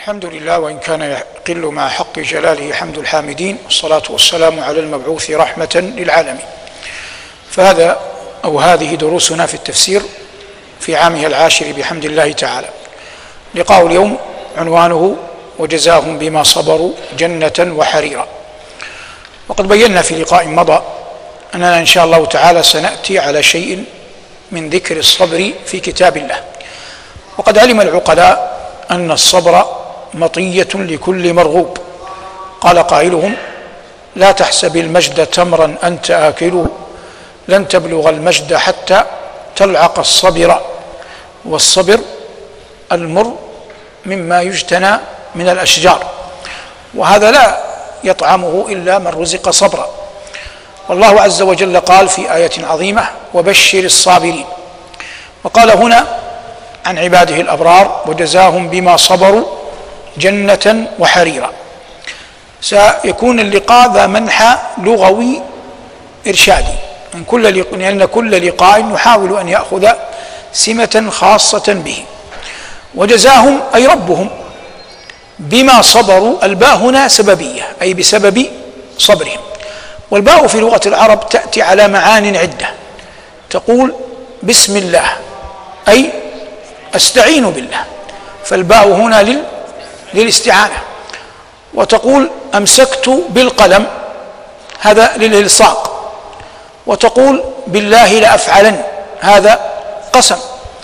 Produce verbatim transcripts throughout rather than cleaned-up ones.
الحمد لله، وإن كان يقل مع حق جلاله حمد الحامدين، والصلاة والسلام على المبعوث رحمة للعالمين. فهذا أو هذه دروسنا في التفسير في عامها العاشر بحمد الله تعالى. لقاء اليوم عنوانه وجزاهم بما صبروا جنة وحريرا. وقد بينا في لقاء مضى أننا إن شاء الله تعالى سنأتي على شيء من ذكر الصبر في كتاب الله. وقد علم العقلاء أن الصبر مطية لكل مرغوب. قال قائلهم: لا تحسب المجد تمرا أنت آكله، لن تبلغ المجد حتى تلعق الصبر. والصبر المر مما يجتنى من الأشجار، وهذا لا يطعمه إلا من رزق صبرا. والله عز وجل قال في آية عظيمة: وبشر الصابرين. وقال هنا عن عباده الأبرار: وجزاهم بما صبروا جنة وحريرا. سيكون اللقاء ذا منحى لغوي إرشادي، من كل لأن كل لقاء نحاول أن يأخذ سمة خاصة به. وجزاهم أي ربهم بما صبروا. الباء هنا سببية، أي بسبب صبرهم. والباء في لغة العرب تأتي على معان عدة. تقول بسم الله، أي أستعين بالله، فالباء هنا لل للاستعانة. وتقول أمسكت بالقلم، هذا للإلصاق. وتقول بالله لأفعلن، هذا قسم.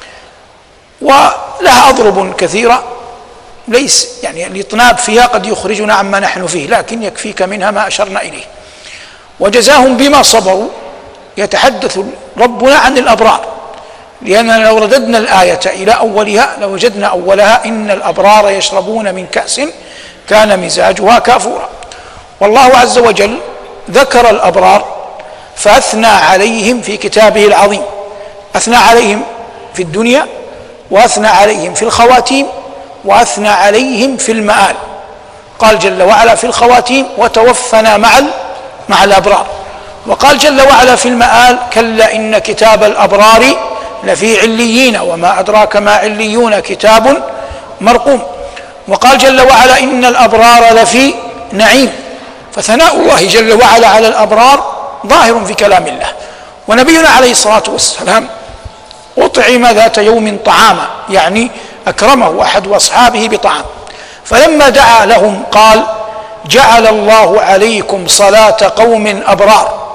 ولها أضرب كثيرة، ليس يعني الإطناب فيها قد يخرجنا عما نحن فيه، لكن يكفيك منها ما أشرنا إليه. وجزاهم بما صبروا، يتحدث ربنا عن الأبرار، لأننا لو رددنا الآية إلى أولها لوجدنا أولها: إن الأبرار يشربون من كأس كان مزاجها كافورا. والله عز وجل ذكر الأبرار فأثنى عليهم في كتابه العظيم. أثنى عليهم في الدنيا، وأثنى عليهم في الخواتيم، وأثنى عليهم في المآل. قال جل وعلا في الخواتيم: وتوفنا مع مع الأبرار. وقال جل وعلا في المآل: كلا إن كتاب الأبرار لفي عليين، وما أدراك ما عليون، كتاب مرقوم. وقال جل وعلا: إن الأبرار لفي نعيم. فثناء الله جل وعلا على الأبرار ظاهر في كلام الله. ونبينا عليه الصلاة والسلام أطعم ذات يوم طعاما، يعني أكرمه أحد أصحابه بطعام، فلما دعا لهم قال: جعل الله عليكم صلاة قوم أبرار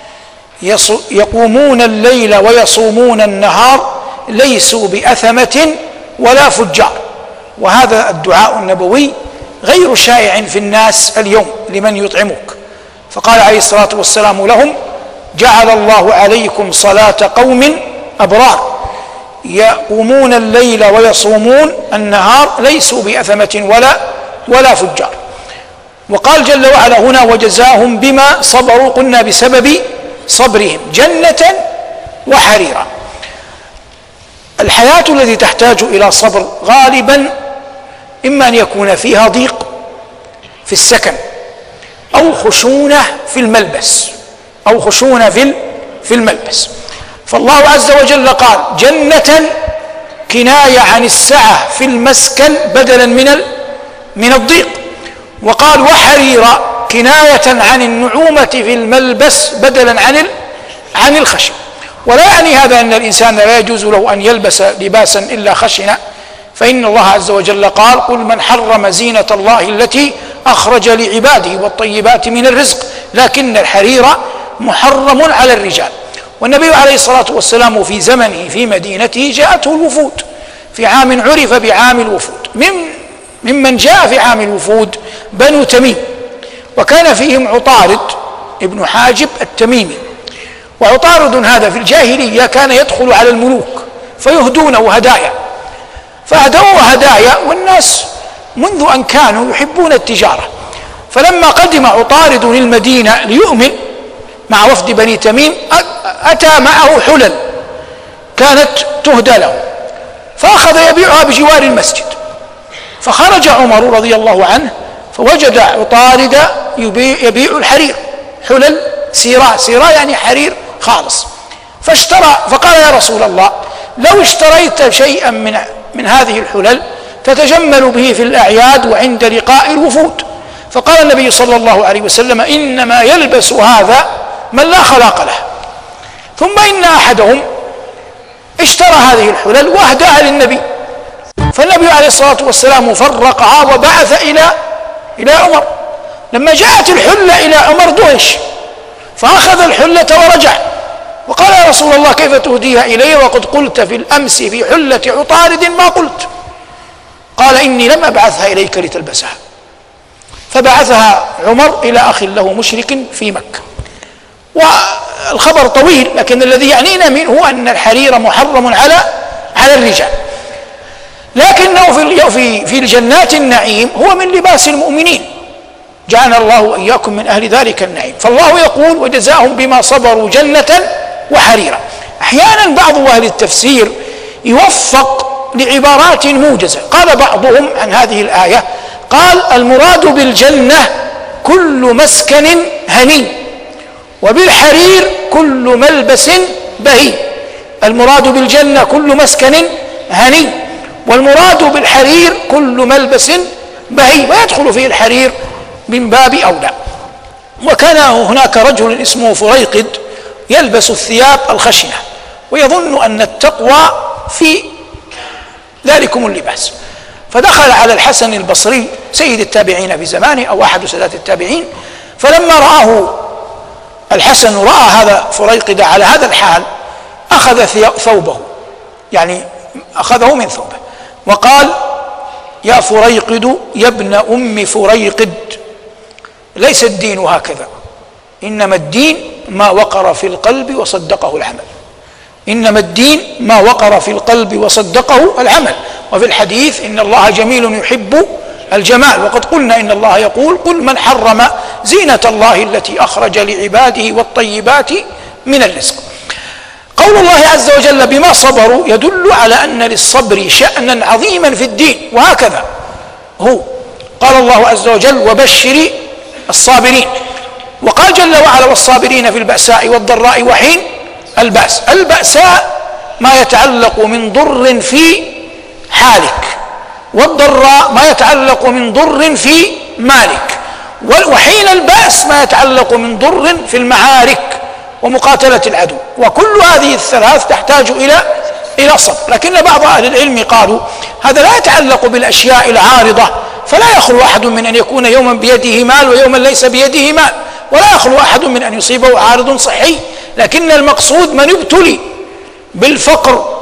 يقومون الليل ويصومون النهار، ليسوا بأثمة ولا فجار. وهذا الدعاء النبوي غير شائع في الناس اليوم لمن يطعمك. فقال عليه الصلاة والسلام لهم: جعل الله عليكم صلاة قوم أبرار يقومون الليل ويصومون النهار، ليسوا بأثمة ولا ولا فجار. وقال جل وعلا هنا: وجزاهم بما صبروا، قلنا بسبب صبرهم جنة وحريرا. الحياة التي تحتاج إلى صبر غالبا إما أن يكون فيها ضيق في السكن، أو خشونة في الملبس أو خشونة في في الملبس. فالله عز وجل قال: جنة كناية عن السعة في المسكن بدلا من من الضيق. وقال: وحريرا كناية عن النعومة في الملبس بدلا عن عن الخشن. ولا يعني هذا أن الإنسان لا يجوز له أن يلبس لباسا إلا خشنا، فإن الله عز وجل قال: قل من حرم زينة الله التي أخرج لعباده والطيبات من الرزق، لكن الحرير محرم على الرجال. والنبي عليه الصلاة والسلام في زمنه في مدينته جاءته الوفود في عام عرف بعام الوفود. من ممن جاء في عام الوفود بنو تميم، وكان فيهم عطارد ابن حاجب التميمي. وعطارد هذا في الجاهلية كان يدخل على الملوك فيهدونه هدايا، فأهدوه هدايا، والناس منذ أن كانوا يحبون التجارة. فلما قدم عطارد للمدينة ليؤمن مع وفد بني تميم، أتى معه حلل كانت تهدى له، فأخذ يبيعها بجوار المسجد. فخرج عمر رضي الله عنه فوجد عطارد يبيع, يبيع الحرير، حلل سيراء، سيراء يعني حرير خالص. فاشترى، فقال: يا رسول الله، لو اشتريت شيئا من من هذه الحلل تتجمل به في الأعياد وعند لقاء الوفود. فقال النبي صلى الله عليه وسلم: إنما يلبس هذا من لا خلاق له. ثم إن أحدهم اشترى هذه الحلل وأهداها للنبي، فالنبي عليه الصلاة والسلام فرقها وبعث إلى إلى عمر. لما جاءت الحلة إلى عمر دهش، فأخذ الحلة ورجع وقال: يا رسول الله كيف تهديها إلي وقد قلت في الأمس في حلة عطارد ما قلت؟ قال: إني لم أبعثها إليك لتلبسها. فبعثها عمر إلى أخ له مشرك في مكة. والخبر طويل، لكن الذي يعنينا منه أن الحرير محرم على على الرجال، لكنه في في في الجنات النعيم هو من لباس المؤمنين، جعلنا الله وإياكم من أهل ذلك النعيم. فالله يقول: وجزاهم بما صبروا جنة وحريرا. أحيانا بعض أهل التفسير يوفق لعبارات موجزة. قال بعضهم عن هذه الآية، قال: المراد بالجنة كل مسكن هني، وبالحرير كل ملبس بهي. المراد بالجنة كل مسكن هني، والمراد بالحرير كل ملبس بهي، ويدخل فيه الحرير من باب أولى. وكان هناك رجل اسمه فريقد يلبس الثياب الخشنة ويظن أن التقوى في ذلكم اللباس، فدخل على الحسن البصري سيد التابعين في زمانه أو أحد سادات التابعين، فلما رآه الحسن رأى هذا فريقد على هذا الحال أخذ ثوبه، يعني أخذه من ثوبه وقال: يا فريقد يا ابن أم فريقد، ليس الدين هكذا، إنما الدين ما وقر في القلب وصدقه العمل. إنما الدين ما وقر في القلب وصدقه العمل. وفي الحديث: إن الله جميل يحب الجمال. وقد قلنا إن الله يقول: قل من حرم زينة الله التي أخرج لعباده والطيبات من الرزق. قول الله عز وجل بما صبروا يدل على أن للصبر شأنا عظيما في الدين، وهكذا هو. قال الله عز وجل: وبشر الصابرين. وقال جل وعلا: والصابرين في البأساء والضراء وحين البأس. البأساء ما يتعلق من ضر في حالك، والضراء ما يتعلق من ضر في مالك، وحين البأس ما يتعلق من ضر في المعارك ومقاتلة العدو. وكل هذه الثلاث تحتاج إلى إلى صبر. لكن بعض أهل العلم قالوا هذا لا يتعلق بالأشياء العارضة، فلا يخلو أحد من أن يكون يوما بيده مال ويوما ليس بيده مال، ولا يخلو أحد من أن يصيبه عارض صحي. لكن المقصود من ابتلي بالفقر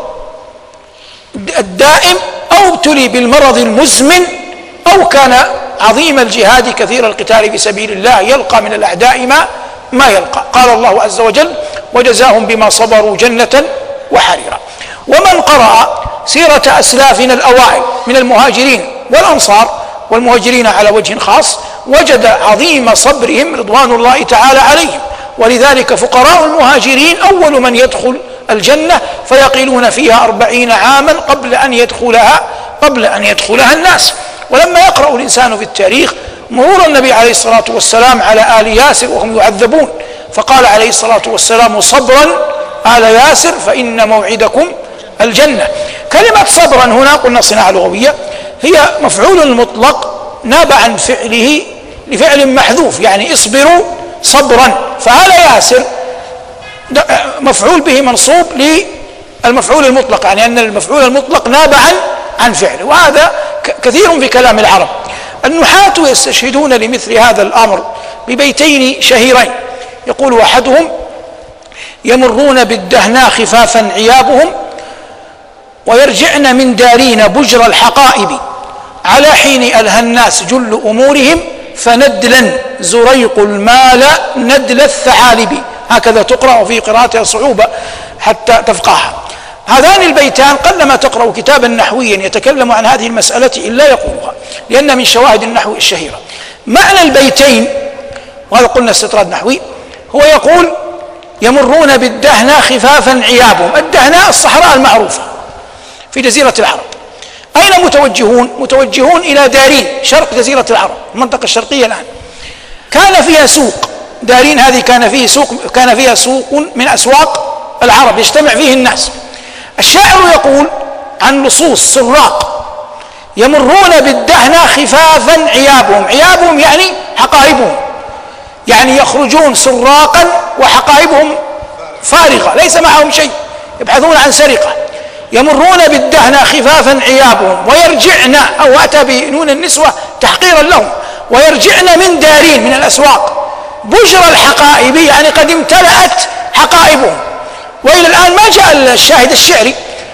الدائم أو ابتلي بالمرض المزمن أو كان عظيم الجهاد كثير القتال في سبيل الله يلقى من الأعداء ما ما يلقى. قال الله عز وجل: وجزاهم بما صبروا جنة وحريرا. ومن قرأ سيرة أسلافنا الأوائل من المهاجرين والأنصار، والمهاجرين على وجه خاص، وجد عظيم صبرهم رضوان الله تعالى عليهم. ولذلك فقراء المهاجرين أول من يدخل الجنة، فيقيلون فيها أربعين عاما قبل أن يدخلها قبل أن يدخلها الناس. ولما يقرأ الإنسان في التاريخ مرور النبي عليه الصلاة والسلام على آل ياسر وهم يعذبون، فقال عليه الصلاة والسلام: صبرا آل ياسر فإن موعدكم الجنة. كلمة صبرا هنا قلنا صناعة لغوية، هي مفعول مطلق ناب عن فعله لفعل محذوف، يعني اصبروا صبرا. فآل ياسر مفعول به منصوب للمفعول المطلق، يعني أن المفعول المطلق ناب عن عن فعله. وهذا كثير في كلام العرب. النحاة يستشهدون لمثل هذا الأمر ببيتين شهيرين، يقول أحدهم: يمرون بالدهناء خفافا عيابهم، ويرجعن من دارين بجر الحقائب، على حين ألهى الناس جل أمورهم، فندلا زريق المال ندل الثعالب. هكذا تقرأ في قراءتها صعوبة حتى تفقهها. هذان البيتان قلما تقرأ كتابا نحويا يتكلم عن هذه المسألة إلا يقولها، لأن من شواهد النحو الشهيرة. معنى البيتين، وهذا قلنا استطراد نحوي، هو يقول: يمرون بالدهناء خفافا عيابهم. الدهناء الصحراء المعروفة في جزيرة العرب. أين متوجهون؟ متوجهون إلى دارين شرق جزيرة العرب، المنطقة الشرقية الآن. كان فيها سوق، دارين هذه كان فيه سوق كان فيها سوق من أسواق العرب يجتمع فيه الناس. الشاعر يقول عن لصوص سراق يمرون بالدهنة خفافا عيابهم، عيابهم يعني حقائبهم، يعني يخرجون سراقا وحقائبهم فارغة ليس معهم شيء، يبحثون عن سرقة. يمرون بالدهنة خفافا عيابهم ويرجعن، أو أتى بنون النسوة تحقيرا لهم، ويرجعن من دارين من الأسواق بجر الحقائب، يعني قد امتلأت حقائبهم. وإلى الآن ما جاء الشاهد الشعري.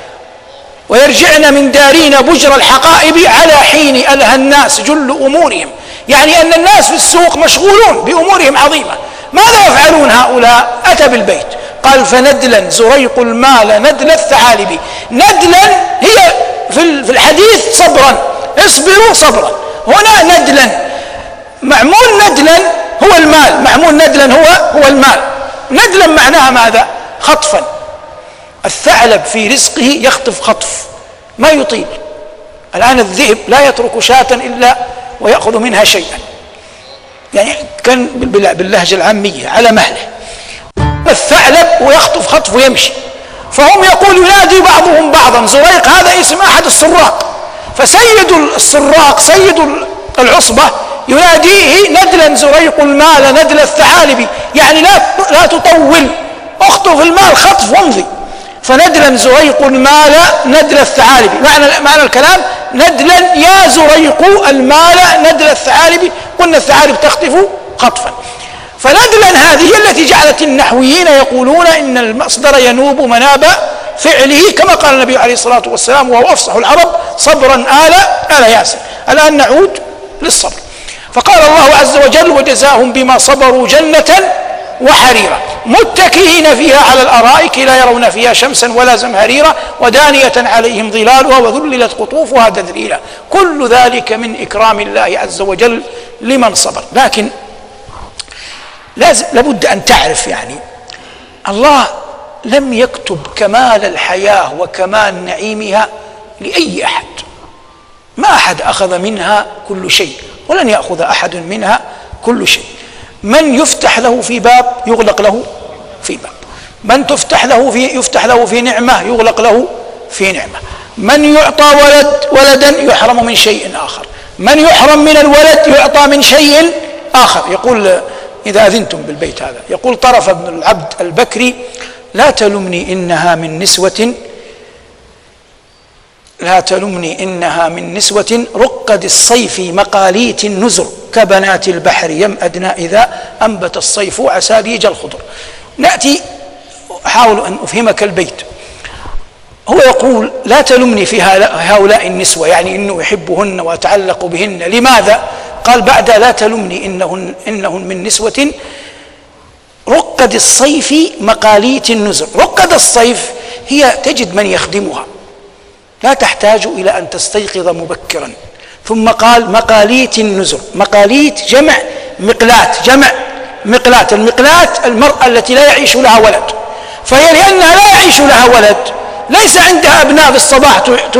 ويرجعن من دارين بجر الحقائب على حين ألهى الناس جل أمورهم، يعني أن الناس في السوق مشغولون بأمورهم عظيمة. ماذا يفعلون هؤلاء؟ أتى بالبيت قال فندلا زريق المال ندل الثعالب. ندلا هي في الحديث صبرا، اصبروا صبرا، هنا ندلا معمول ندلا هو المال، معمول ندلا هو هو المال. ندلا معناها ماذا؟ خطفا. الثعلب في رزقه يخطف خطف ما يطيل. الآن الذئب لا يترك شاة إلا ويأخذ منها شيئا، يعني كان باللهجة العامية على مهله. الثعلب ويخطف خطف ويمشي. فهم يقول ينادي بعضهم بعضا، زريق هذا اسم أحد السراق، فسيد السراق سيد العصبة يناديه ندلا زريق المال ندل الثعالب، يعني لا لا تطول، اخطف المال خطف وامضي. فندلا زريق المال ندل الثعالب، معنى معنى الكلام ندلا يا زريق المال ندل الثعالب، قلنا الثعالب تخطف خطفا. فندلا هذه التي جعلت النحويين يقولون إن المصدر ينوب مناب فعله، كما قال النبي عليه الصلاة والسلام وهو أفصح العرب صبرا آل آل ياسر. الآن نعود للصبر. فقال الله عز وجل وجزاهم بما صبروا جنة وحريرا متكئين فيها على الأرائك لا يرون فيها شمسا ولا زمهريرا ودانية عليهم ظلالها وذللت قطوفها تذليلا. كل ذلك من إكرام الله عز وجل لمن صبر. لكن لازم لابد أن تعرف يعني الله لم يكتب كمال الحياة وكمال نعيمها لأي أحد. ما أحد أخذ منها كل شيء ولن يأخذ أحد منها كل شيء. من يفتح له في باب يغلق له في باب، من تفتح له في يفتح له في نعمة يغلق له في نعمة، من يعطى ولد ولدا يحرم من شيء آخر، من يحرم من الولد يعطى من شيء آخر. يقول إذا أذنتم بالبيت هذا، يقول طرف بن العبد البكري لا تلمني إنها من نسوة لا تلمني إنها من نسوة رقد الصيف مقاليت النزر كبنات البحر يمأدنا إذا أنبت الصيف عساليج الخضر. نأتي أحاول أن أفهمك البيت. هو يقول لا تلمني في هؤلاء النسوة، يعني إنه يحبهن وأتعلق بهن. لماذا؟ قال بعد لا تلمني إنهن, إنهن من نسوة رقد الصيف مقاليت النزر. رقد الصيف هي تجد من يخدمها، لا تحتاج إلى أن تستيقظ مبكرا. ثم قال مقاليت النزر، مقاليت جمع مقلات، جمع مقلات. المقلات المرأة التي لا يعيش لها ولد، فهي لأنها لا يعيش لها ولد ليس عندها أبناء في الصباح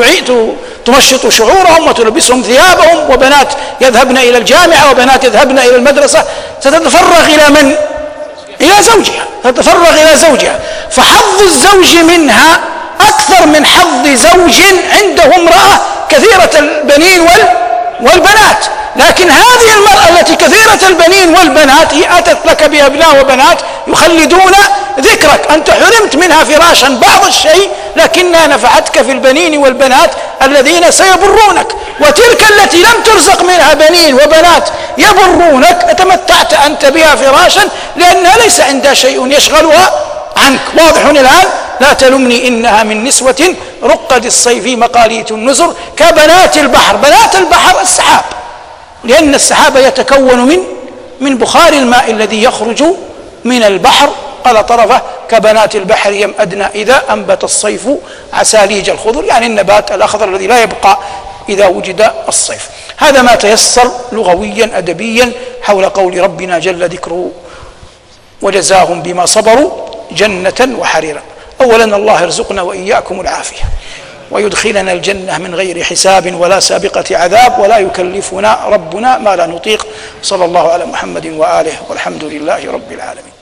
تمشط شعورهم وتلبسهم ثيابهم، وبنات يذهبن إلى الجامعة وبنات يذهبن إلى المدرسة، ستتفرغ إلى من؟ إلى زوجها، تتفرغ إلى زوجها. فحظ الزوج منها أكثر من حظ زوج عنده امرأة كثيرة البنين والبنات. لكن هذه المرأة التي كثيرة البنين والبنات هي أتت لك بأبناء وبنات يخلدون ذكرك. أنت حرمت منها فراشا بعض الشيء لكنها نفعتك في البنين والبنات الذين سيبرونك. وتلك التي لم ترزق منها بنين وبنات يبرونك تمتعت أنت بها فراشا لأنها ليس عندها شيء يشغلها عنك. واضح الآن؟ لا تلمني إنها من نسوة رقد الصيف مقاليت النزر كبنات البحر. بنات البحر السحاب، لأن السحاب يتكون من من بخار الماء الذي يخرج من البحر. قال طرفه كبنات البحر يمأدن إذا أنبت الصيف عساليج الخضر، يعني النبات الأخضر الذي لا يبقى إذا وجد الصيف. هذا ما تيسر لغويا أدبيا حول قول ربنا جل ذكره وجزاهم بما صبروا جنة وحريرا. أولا الله يرزقنا وإياكم العافية ويدخلنا الجنة من غير حساب ولا سابقة عذاب، ولا يكلفنا ربنا ما لا نطيق. صلى الله على محمد وآله والحمد لله رب العالمين.